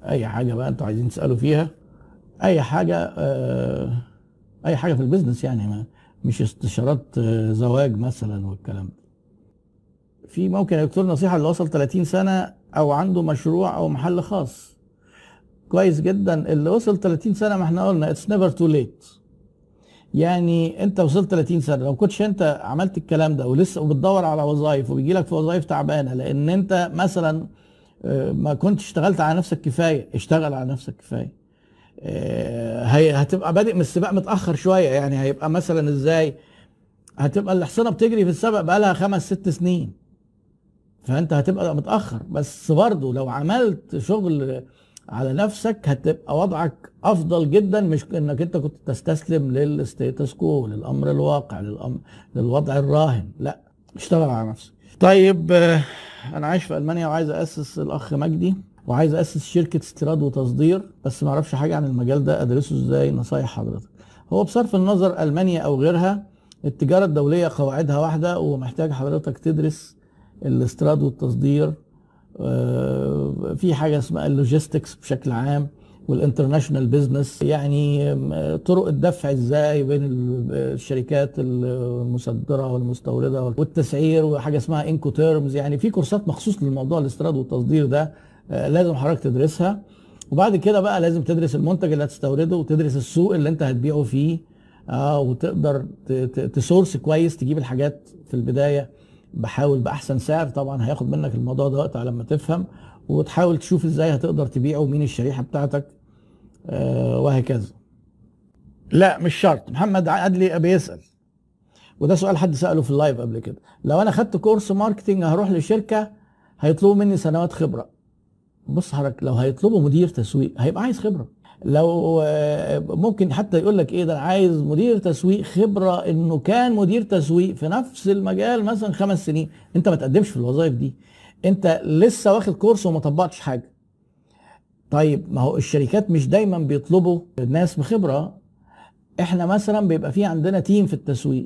اي حاجه بقى انتوا عايزين تسالوا فيها، اي حاجه اي حاجه في البيزنس يعني، ما مش استشارات زواج مثلا والكلام ده. في ممكن يا دكتور نصيحه اللي وصل 30 سنه او عنده مشروع او محل خاص. كويس جدا اللي وصل 30 سنه، ما احنا قلنا اتس نيفر تو ليت. يعني انت وصلت 30 سنه، لو كنتش انت عملت الكلام ده ولسه وبتدور على وظائف وبيجي لك في وظائف تعبانه لان انت مثلا ما كنتش اشتغلت على نفسك كفايه، اشتغل على نفسك كفايه. هتبقى بادئ من السباق متاخر شويه، يعني هيبقى مثلا ازاي؟ هتبقى الحصانه بتجري في السبق بقى لها 5 6 سنين، فانت هتبقى متاخر. بس برضه لو عملت شغل على نفسك هتبقى وضعك افضل جدا، مش انك انت كنت تستسلم للستيتس كو، للامر الواقع، للوضع الراهن. لا، اشتغل على نفسك. طيب انا عايش في المانيا وعايز اسس الاخ مجدي، وعايز اسس شركه استيراد وتصدير، بس ما اعرفش حاجه عن المجال ده، ادرسه ازاي؟ نصايح حضرتك. هو بصرف النظر المانيا او غيرها، التجاره الدوليه قواعدها واحده، ومحتاج حضرتك تدرس الاستيراد والتصدير. في حاجه اسمها اللوجيستكس بشكل عام، والانترناشونال بيزنس، يعني طرق الدفع ازاي بين الشركات المصدره والمستورده، والتسعير، وحاجه اسمها انكو تيرمز. يعني في كورسات مخصوص للموضوع الاستيراد والتصدير ده، لازم حضرتك تدرسها. وبعد كده بقى لازم تدرس المنتج اللي هتستورده، وتدرس السوق اللي انت هتبيعه فيه. وتقدر تسورس كويس، تجيب الحاجات في البدايه بحاول باحسن سعر. طبعا هياخد منك الموضوع ده وقت على ما تفهم، وتحاول تشوف ازاي هتقدر تبيعه ومين الشريحه بتاعتك، وهكذا. لا مش شرط. محمد عدلي بيسال، وده سؤال حد ساله في اللايف قبل كده: لو انا خدت كورس ماركتنج هروح لشركه هيطلبوا مني سنوات خبره. بص حضرتك، لو هيطلبوا مدير تسويق هيبقى عايز خبره. لو ممكن حتى يقول لك ايه ده، انا عايز مدير تسويق خبره انه كان مدير تسويق في نفس المجال مثلا 5 سنين. انت ما تقدمش في الوظائف دي، انت لسه واخد كورس وما طبقتش حاجه. طيب ما هو الشركات مش دايما بيطلبوا ناس بخبره. احنا مثلا بيبقى في عندنا تيم في التسويق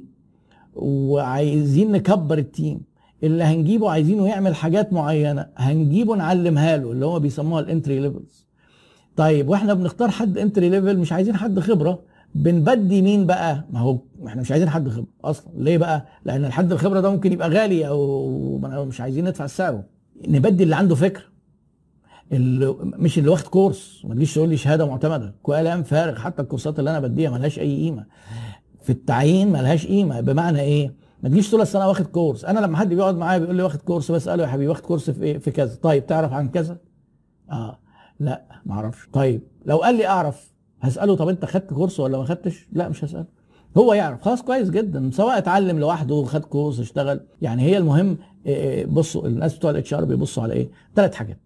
وعايزين نكبر التيم، اللي هنجيبه عايزينه يعمل حاجات معينه، هنجيبه نعلمها له، اللي هو بيسموها الانتري ليفلز. طيب واحنا بنختار حد انتري ليفل، مش عايزين حد خبره، بنبدي مين بقى؟ ما هو احنا مش عايزين حد خبره اصلا. ليه بقى؟ لان الحد الخبره ده ممكن يبقى غالي، او مش عايزين ندفع سعره. نبدي اللي عنده فكره، اللي مش اللي واخد كورس. ما تجيش تقول لي شهاده معتمده، كلام فارغ. حتى الكورسات اللي انا بديها ملهاش اي قيمه في التعيين، ملهاش قيمه. بمعنى ايه؟ ما تجيش تقول انا واخد كورس. انا لما حد بيقعد معايا بيقول لي واخد كورس، بساله يا حبيبي واخد كورس في ايه؟ في كذا. طيب تعرف عن كذا؟ اه لا ما اعرفش. طيب لو قال لي اعرف، هساله طب انت خدت كورس ولا ما خدتش؟ لا مش هساله. هو يعرف خلاص كويس جدا، سواء اتعلم لوحده خد كورس اشتغل. يعني هي المهم بصوا الناس بتوع الاتش ار بيبصوا على ايه؟ 3 حاجات: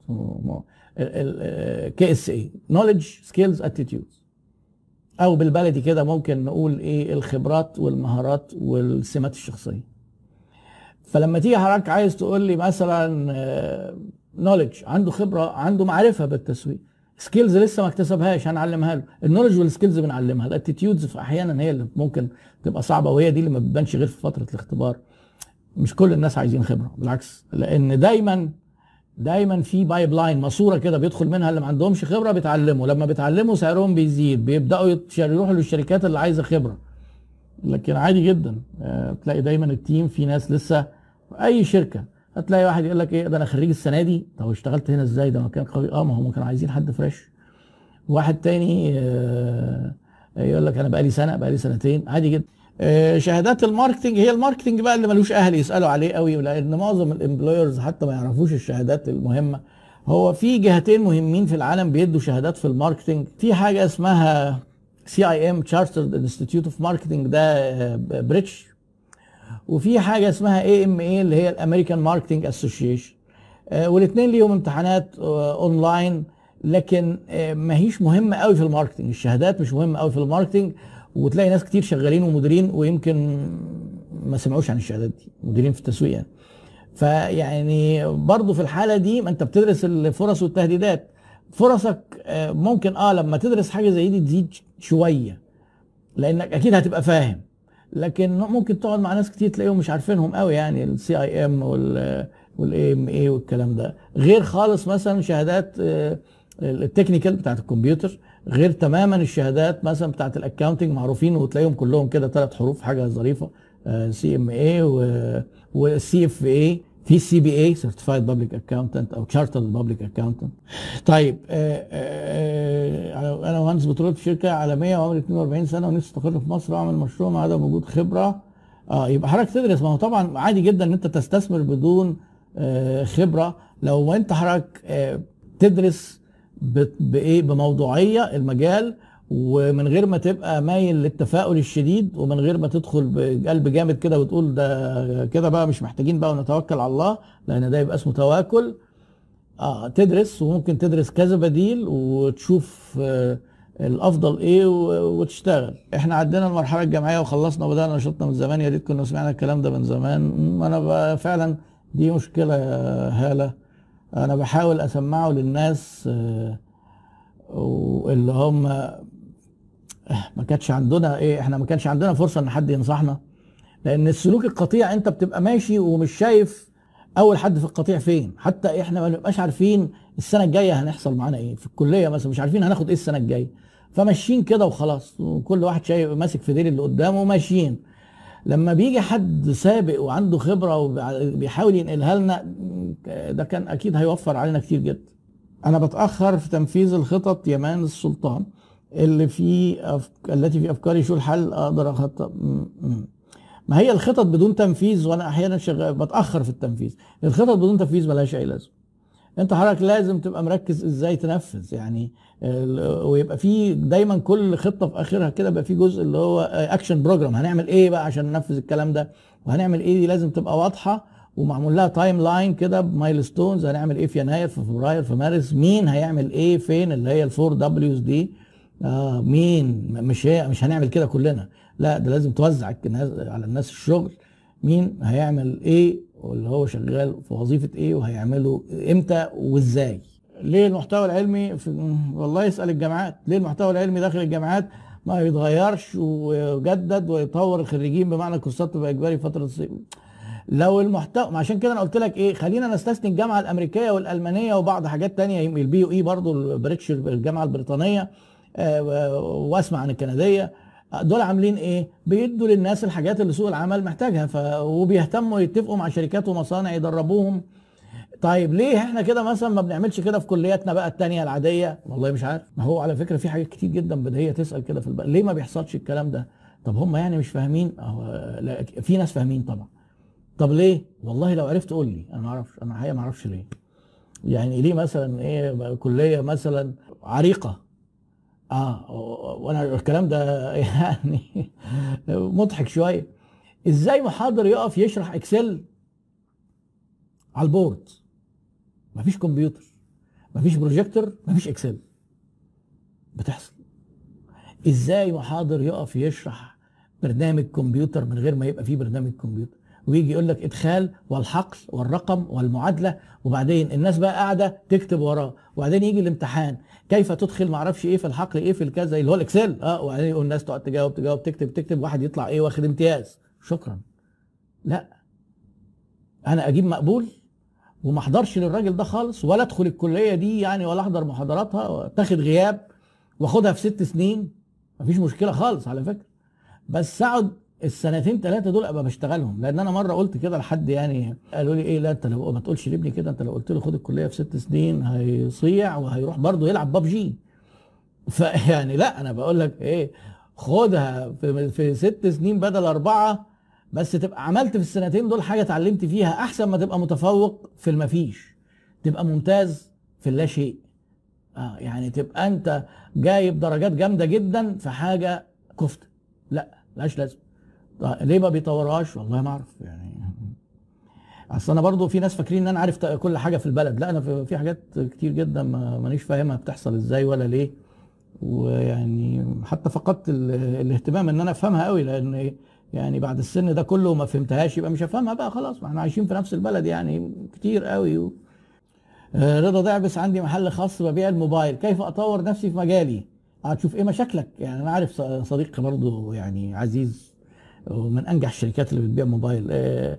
كي اس اي، نوليدج سكيلز اتيتيودز، او بالبلدي كده ممكن نقول ايه؟ الخبرات والمهارات والسمات الشخصيه. فلما تيجي حضرتك عايز تقول لي مثلا نوليدج، عنده خبره، عنده معرفه بالتسويق، سكيلز لسه ما اكتسبهاش، هنعلمها له. النولج والسكيلز بنعلمها، الاتيتيودز في احيانا هي اللي ممكن تبقى صعبه، وهي دي اللي ما بتبانش غير في فتره الاختبار. مش كل الناس عايزين خبره، بالعكس، لان دايما في بايب لاين، ماسوره كده بيدخل منها اللي ما عندهمش خبره، بيتعلموا. لما بيتعلموا سعرهم بيزيد، بيبداوا يروحوا للشركات اللي عايزه خبره. لكن عادي جدا تلاقي دايما التيم في ناس لسه. اي شركه هتلاقي واحد يقول لك ايه ده، انا خريج السنه دي. طب اشتغلت هنا ازاي؟ ده مكان قوي. ما هم كانوا عايزين حد فريش. واحد تاني يقول لك انا بقالي سنه، بقالي سنتين. عادي جدا. شهادات الماركتنج، هي الماركتنج بقى اللي ملوش اهل يسالوا عليه قوي، لان معظم الامبلويرز حتى ما يعرفوش الشهادات المهمه. هو في جهتين مهمين في العالم بيدوا شهادات في الماركتنج. في حاجه اسمها CIM Chartered Institute of Marketing، ده بريتش. وفي حاجه اسمها AMA اللي هي الامريكان ماركتنج اسوشيشن. والاثنين ليهم امتحانات اونلاين، لكن ما هيش مهمه قوي في الماركتنج. الشهادات مش مهمه قوي في الماركتنج، وتلاقي ناس كتير شغالين ومديرين ويمكن ما سمعوش عن الشهادات دي، مديرين في التسويق يعني. فيعني برضو في الحاله دي ما انت بتدرس الفرص والتهديدات. فرصك ممكن لما تدرس حاجه زي دي تزيد شويه، لانك اكيد هتبقى فاهم. لكن ممكن تقعد مع ناس كتير تلاقيهم مش عارفينهم قوي، يعني CIM والاي ام اي والكلام ده غير خالص. مثلا شهادات التكنيكال بتاعت الكمبيوتر، غير تماما الشهادات مثلا بتاعت الاكاونتنج، معروفين وتلاقيهم كلهم كده 3 حروف، حاجه ظريفه، CMA والسي اف اي، في CPA سيرتيفايد بابليك اكاونتنت او تشارترد بابليك اكاونتنت. طيب انا مهندس بترول في شركه عالميه وعمري 42 سنه ونفسي استقر في مصر واعمل مشروع مع عدم وجود خبره. يبقى حضرتك تدرس. ما هو طبعا عادي جدا ان انت تستثمر بدون خبره، لو انت حضرتك تدرس بايه، بموضوعيه المجال، ومن غير ما تبقى مايل للتفاؤل الشديد، ومن غير ما تدخل بقلب جامد كده وتقول ده كده بقى مش محتاجين بقى ونتوكل على الله، لان ده يبقى اسمه تواكل. تدرس، وممكن تدرس كذا بديل وتشوف الافضل ايه وتشتغل. احنا عدينا المرحله الجامعيه وخلصنا وبدانا نشاطنا من زمان، يا ريت كنا سمعنا الكلام ده من زمان. انا فعلا دي مشكله يا هاله، انا بحاول اسمعه للناس اللي هم ما كانش عندنا ايه، احنا ما كانش عندنا فرصه ان حد ينصحنا، لان السلوك القطيع انت بتبقى ماشي ومش شايف اول حد في القطيع فين. حتى احنا ما بنبقاش عارفين السنه الجايه هنحصل معانا ايه في الكليه مثلا، مش عارفين هناخد ايه السنه الجايه، فماشيين كده وخلاص، وكل واحد شايف ماسك في ديل اللي قدامه وماشيين. لما بيجي حد سابق وعنده خبره وبيحاول ينقلها لنا، ده كان اكيد هيوفر علينا كتير جدا. انا بتاخر في تنفيذ الخطط يا مان السلطان، التي في افكاري شو الحل اقدر اخطط. ما هي الخطط بدون تنفيذ، وانا احيانا شغال بتاخر في التنفيذ. الخطط بدون تنفيذ ملهاش اي لازمه. انت حضرتك لازم تبقى مركز ازاي تنفذ يعني، ويبقى في دايما كل خطه في اخرها كده بقى في جزء اللي هو اكشن بروجرام، هنعمل ايه بقى عشان ننفذ الكلام ده، وهنعمل ايه دي لازم تبقى واضحه ومعمول لها تايم لاين كده بمايلستونز. هنعمل ايه في يناير، في فبراير، في مارس، مين هيعمل ايه فين، اللي هي الفور دبليوز دي. مين، مش هنعمل كده كلنا، لا ده لازم توزع على الناس الشغل، مين هيعمل ايه واللي هو شغال في وظيفة ايه وهيعمله امتى وازاي. ليه المحتوى العلمي والله اسأل الجامعات، ليه المحتوى العلمي داخل الجامعات ما يتغيرش ويجدد ويطور الخريجين، بمعنى الكورسات تبقى اجباري فترة الصيف. لو المحتوى، عشان كده انا قلت لك ايه، خلينا نستثني الجامعه الامريكيه والالمانيه وبعض حاجات تانية، البي يو اي برضه البريتش الجامعه البريطانيه، واسمع عن الكنديه. دول عاملين ايه، بيدوا للناس الحاجات اللي سوق العمل محتاجها، وبيهتموا يتفقوا مع شركات ومصانع يدربوهم. طيب ليه احنا كده مثلا ما بنعملش كده في كلياتنا بقى التانية العاديه؟ والله مش عارف. ما هو على فكره في حاجات كتير جدا بديهيه تسال كده ليه ما بيحصلش الكلام ده؟ طب هم يعني مش فاهمين؟ لا، في ناس فاهمين طبعا. طب ليه؟ والله لو عرفت قول لي، انا ما اعرفش، انا الحقيقه ما اعرفش ليه. يعني ليه مثلا ايه كليه مثلا عريقه، وانا الكلام ده يعني مضحك شويه. ازاي محاضر يقف يشرح اكسل على البورد، مفيش كمبيوتر، مفيش بروجيكتور، مفيش اكسل بتحصل؟ ازاي محاضر يقف يشرح برنامج كمبيوتر من غير ما يبقى فيه برنامج كمبيوتر، ويجي يقول لك ادخال والحقل والرقم والمعادله، وبعدين الناس بقى قاعده تكتب وراه، وبعدين يجي الامتحان كيف تدخل ما اعرفش ايه في الحقل ايه في الكذا اللي هو الاكسل، وبعدين يقول الناس تقعد تجاوب تكتب، واحد يطلع ايه واخد امتياز، شكرا. لا، انا اجيب مقبول وما احضرش للراجل ده خالص، ولا ادخل الكليه دي يعني، ولا احضر محاضراتها، تاخد غياب واخدها في 6 سنين، مفيش مشكله خالص على فكره، بس اقعد السنتين 3 دول ابقى بشتغلهم. لان انا مره قلت كده لحد يعني، قالوا لي ايه، لا انت لو ما تقولش لابني كده، انت لو قلت له خد الكليه في 6 سنين هيصيع وهيروح برضه يلعب ببجي. فيعني لا، انا بقول لك ايه، خدها في 6 سنين بدل 4، بس تبقى عملت في السنتين دول حاجه اتعلمت فيها، احسن ما تبقى متفوق في المفيش، تبقى ممتاز في اللا شيء. يعني تبقى انت جايب درجات جامده جدا في حاجه كفته، لا ملهاش لازمه. ليه ما بيطورهاش؟ والله ما اعرف يعني. اصل انا برضو في ناس فاكرين ان انا عارف كل حاجه في البلد، لا انا في حاجات كتير جدا مانيش فاهمها بتحصل ازاي ولا ليه، ويعني حتى فقدت الاهتمام ان انا افهمها قوي، لان يعني بعد السن ده كله ما فهمتهاش يبقى مش هفهمها بقى خلاص، ما احنا عايشين في نفس البلد يعني كتير قوي. رضا دعبس، عندي محل خاص ببيع الموبايل، كيف اطور نفسي في مجالي؟ هتشوف ايه مشاكلك يعني. انا عارف صديق برضه يعني عزيز ومن انجح الشركات اللي بتبيع موبايل،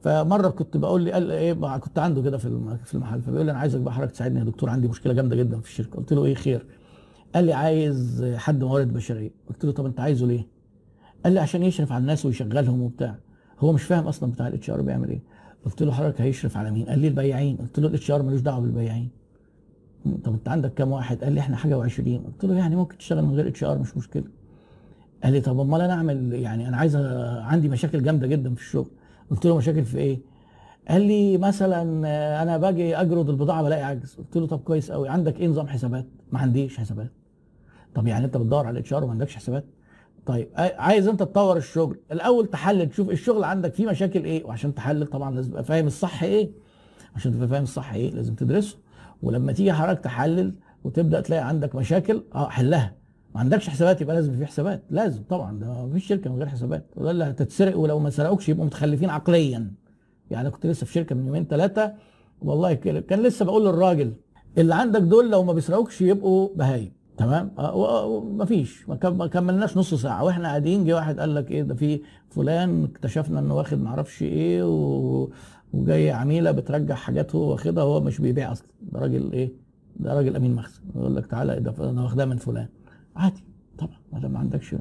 فمره كنت بقول لي قال ايه كنت عنده كده في المحل، فبيقول لي انا عايزك بقى حضرتك تساعدني يا دكتور، عندي مشكله جامده جدا في الشركه. قلت له ايه خير؟ قال لي عايز حد موارد بشريه. قلت له طب انت عايزه ليه؟ قال لي عشان يشرف على الناس ويشغلهم وبتاع. هو مش فاهم اصلا بتاع الاتش ار بيعمل ايه. قلت له حضرتك هيشرف على مين؟ قال لي البياعين. قلت له الاتش ار ملوش دعوه بالبياعين. طب انت عندك كام واحد؟ قال لي احنا حاجه و20. قلت له يعني ممكن تشتغل من غير اتش ار مش مشكله. قال لي طب امال انا اعمل يعني انا عايز عندي مشاكل جامده جدا في الشغل. قلت له مشاكل في ايه؟ قال لي مثلا انا باجي اجرد البضاعه بلاقي عجز. قلت له طب كويس قوي، عندك ايه نظام حسابات؟ ما عنديش حسابات. طب يعني انت بتدور على الاتش ار وما عندكش حسابات؟ طيب عايز انت تطور الشغل الاول، تحلل تشوف الشغل عندك فيه مشاكل ايه، وعشان تحلل طبعا لازم تبقى فاهم الصح ايه. عشان تبقى فاهم الصح ايه لازم تدرسه. ولما تيجي حضرتك تحلل وتبدا تلاقي عندك مشاكل حلها. ما عندكش حسابات يبقى لازم في حسابات، لازم طبعا، ده ما فيش شركه من غير حسابات، ولا هتتسرق، ولو ما سرقوكش يبقوا متخلفين عقليا. يعني كنت لسه في شركه من يومين ثلاثه، والله كان لسه بقول للراجل اللي عندك دول لو ما بيسرقوكش يبقوا بهايم. تمام. مفيش، ما كملناش نص ساعه واحنا قاعدين، جه واحد قال لك ايه ده في فلان اكتشفنا انه واخد معرفش ايه وجاي عميله بترجع حاجات هو واخدها، هو مش بيبيع اصلا، ده راجل ايه، ده راجل امين مخزن، يقول لك تعالى ده انا واخدها من فلان. عادي طبعا ما عندكش.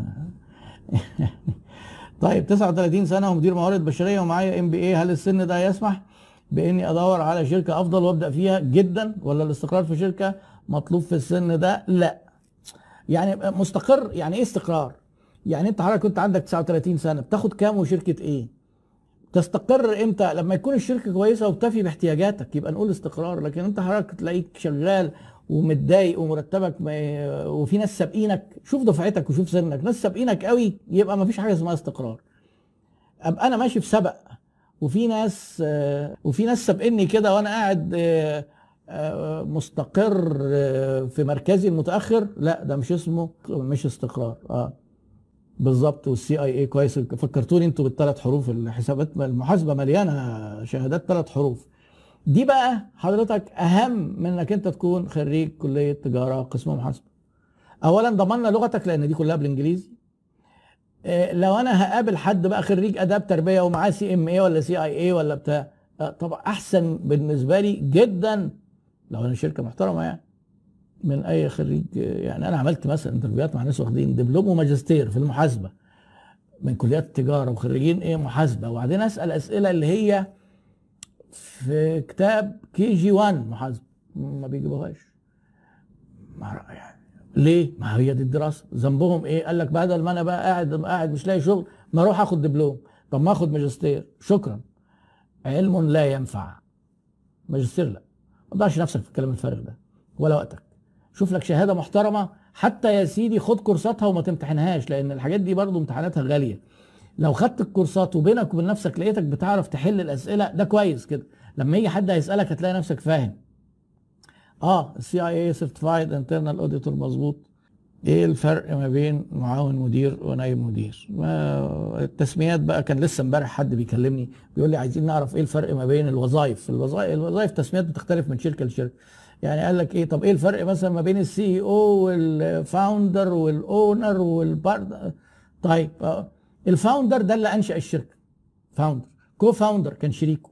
طيب 39 سنه ومدير موارد بشريه ومعايا MBA، هل السن ده يسمح باني ادور على شركه افضل وابدا فيها جدا، ولا الاستقرار في شركه مطلوب في السن ده؟ لا. يعني مستقر يعني ايه استقرار؟ يعني انت حضرتك كنت عندك 39 سنه بتاخد كام وشركه ايه؟ تستقر امتى؟ لما يكون الشركه كويسه وبتفي باحتياجاتك يبقى نقول استقرار. لكن انت حضرتك تلاقيك شغال ومتضايق ومرتبك وفي ناس سابقينك، شوف دفعتك وشوف سنك، ناس سابقينك قوي، يبقى ما فيش حاجه اسمها استقرار. ابقى انا ماشي في سبق وفي ناس سابقني كده وانا قاعد مستقر في مركزي المتاخر، لا ده مش استقرار. بالظبط. والCIA كويس، فكرتوني انتوا بالثلاث حروف. الحسابات المحاسبه مليانه شهادات 3 حروف. دي بقى حضرتك اهم من انك انت تكون خريج كليه تجاره قسم محاسبه. اولا ضمننا لغتك لان دي كلها بالانجليزي. لو انا هقابل حد بقى خريج اداب تربيه ومعاه CMA ولا CIA ولا بتاع، طبعا احسن بالنسبه لي جدا لو انا شركه محترمه يعني من اي خريج. يعني انا عملت مثلا انترفيوهات مع ناس واخدين دبلوم وماجستير في المحاسبه من كليات التجاره وخريجين محاسبه، وبعدين اسال اسئله اللي هي في كتاب KG1 محاسبه ما بيجيبوهاش. يعني ليه؟ ما هي دي الدراسه، ذنبهم ايه؟ قال لك بدل ما انا بقى قاعد مش لاقي شغل، ما اروح اخد دبلوم. طب ما اخد ماجستير، شكرا. علم لا ينفع. ماجستير لا، ما تضيعش نفسك في الكلام الفارغ ده ولا وقتك. شوف لك شهاده محترمه، حتى يا سيدي خد كورساتها وما تمتحنهاش، لان الحاجات دي برضو امتحاناتها غاليه. لو خدت الكورسات وبينك وبين نفسك لقيتك بتعرف تحل الاسئله، ده كويس كده. لما يجي حد هيسالك هتلاقي نفسك فاهم. CIA Certified Internal Auditor مظبوط. ايه الفرق ما بين معاون مدير ونائب مدير؟ ما التسميات بقى، كان لسه امبارح حد بيكلمني بيقول لي عايزين نعرف ايه الفرق ما بين الوظائف. الوظائف تسميات بتختلف من شركه لشركه. يعني قال لك ايه، طب ايه الفرق مثلا ما بين CEO والفاوندر والاونر والبارد؟ طيب الفاوندر ده اللي انشا الشركه، فاوندر. فاوندر كان شريكه.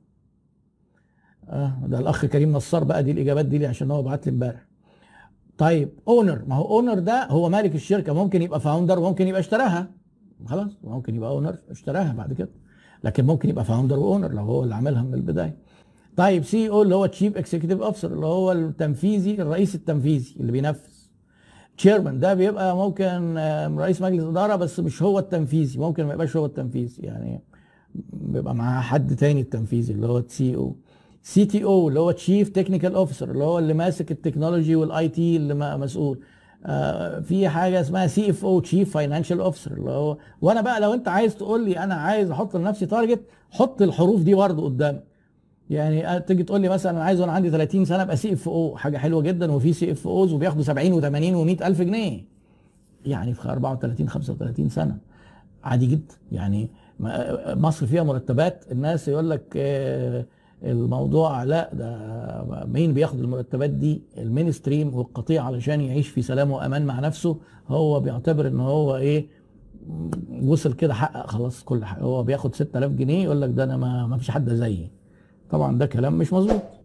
ده الاخ كريم نصار بقى، دي الاجابات دي لي عشان هو بعت لي امبارح. طيب اونر، ما هو اونر ده هو مالك الشركه، ممكن يبقى فاوندر وممكن يبقى اشتراها، خلاص ممكن يبقى اونر اشتراها بعد كده، لكن ممكن يبقى فاوندر واونر لو هو اللي عاملها من البدايه. طيب CEO اللي هو تشيف اكزيكتيف اوفيسر، اللي هو التنفيذي، الرئيس التنفيذي اللي بينفذ. تشيرمان ده بيبقى ممكن رئيس مجلس اداره بس مش هو التنفيذي، ممكن ما يبقاش هو التنفيذي، يعني بيبقى معاه حد تاني التنفيذي اللي هو CEO. CTO اللي هو تشيف تكنيكال اوفيسر، اللي هو اللي ماسك التكنولوجي والIT اللي مسؤول. في حاجه اسمها CFO تشيف فاينانشال اوفيسر، اللي هو، وانا بقى لو انت عايز تقول لي انا عايز احط لنفسي تارجت، حط الحروف دي برضه قدامك. يعني تيجي تقول لي مثلا انا عايز وانا عندي 30 سنه ابقى CFO، حاجه حلوه جدا، وفي CFOs وبياخدوا 70 و80 و100 الف جنيه يعني في 34 35 سنه، عادي جدا. يعني مصر فيها مرتبات الناس يقول لك الموضوع لا، ده مين بياخد المرتبات دي؟ المين ستريم والقطيع علشان يعيش في سلام وامان مع نفسه، هو بيعتبر ان هو ايه، وصل كده حقق خلاص كل حاجه، هو بياخد 6000 جنيه يقول لك ده انا ما فيش حد زيي. طبعا ده كلام مش مظبوط.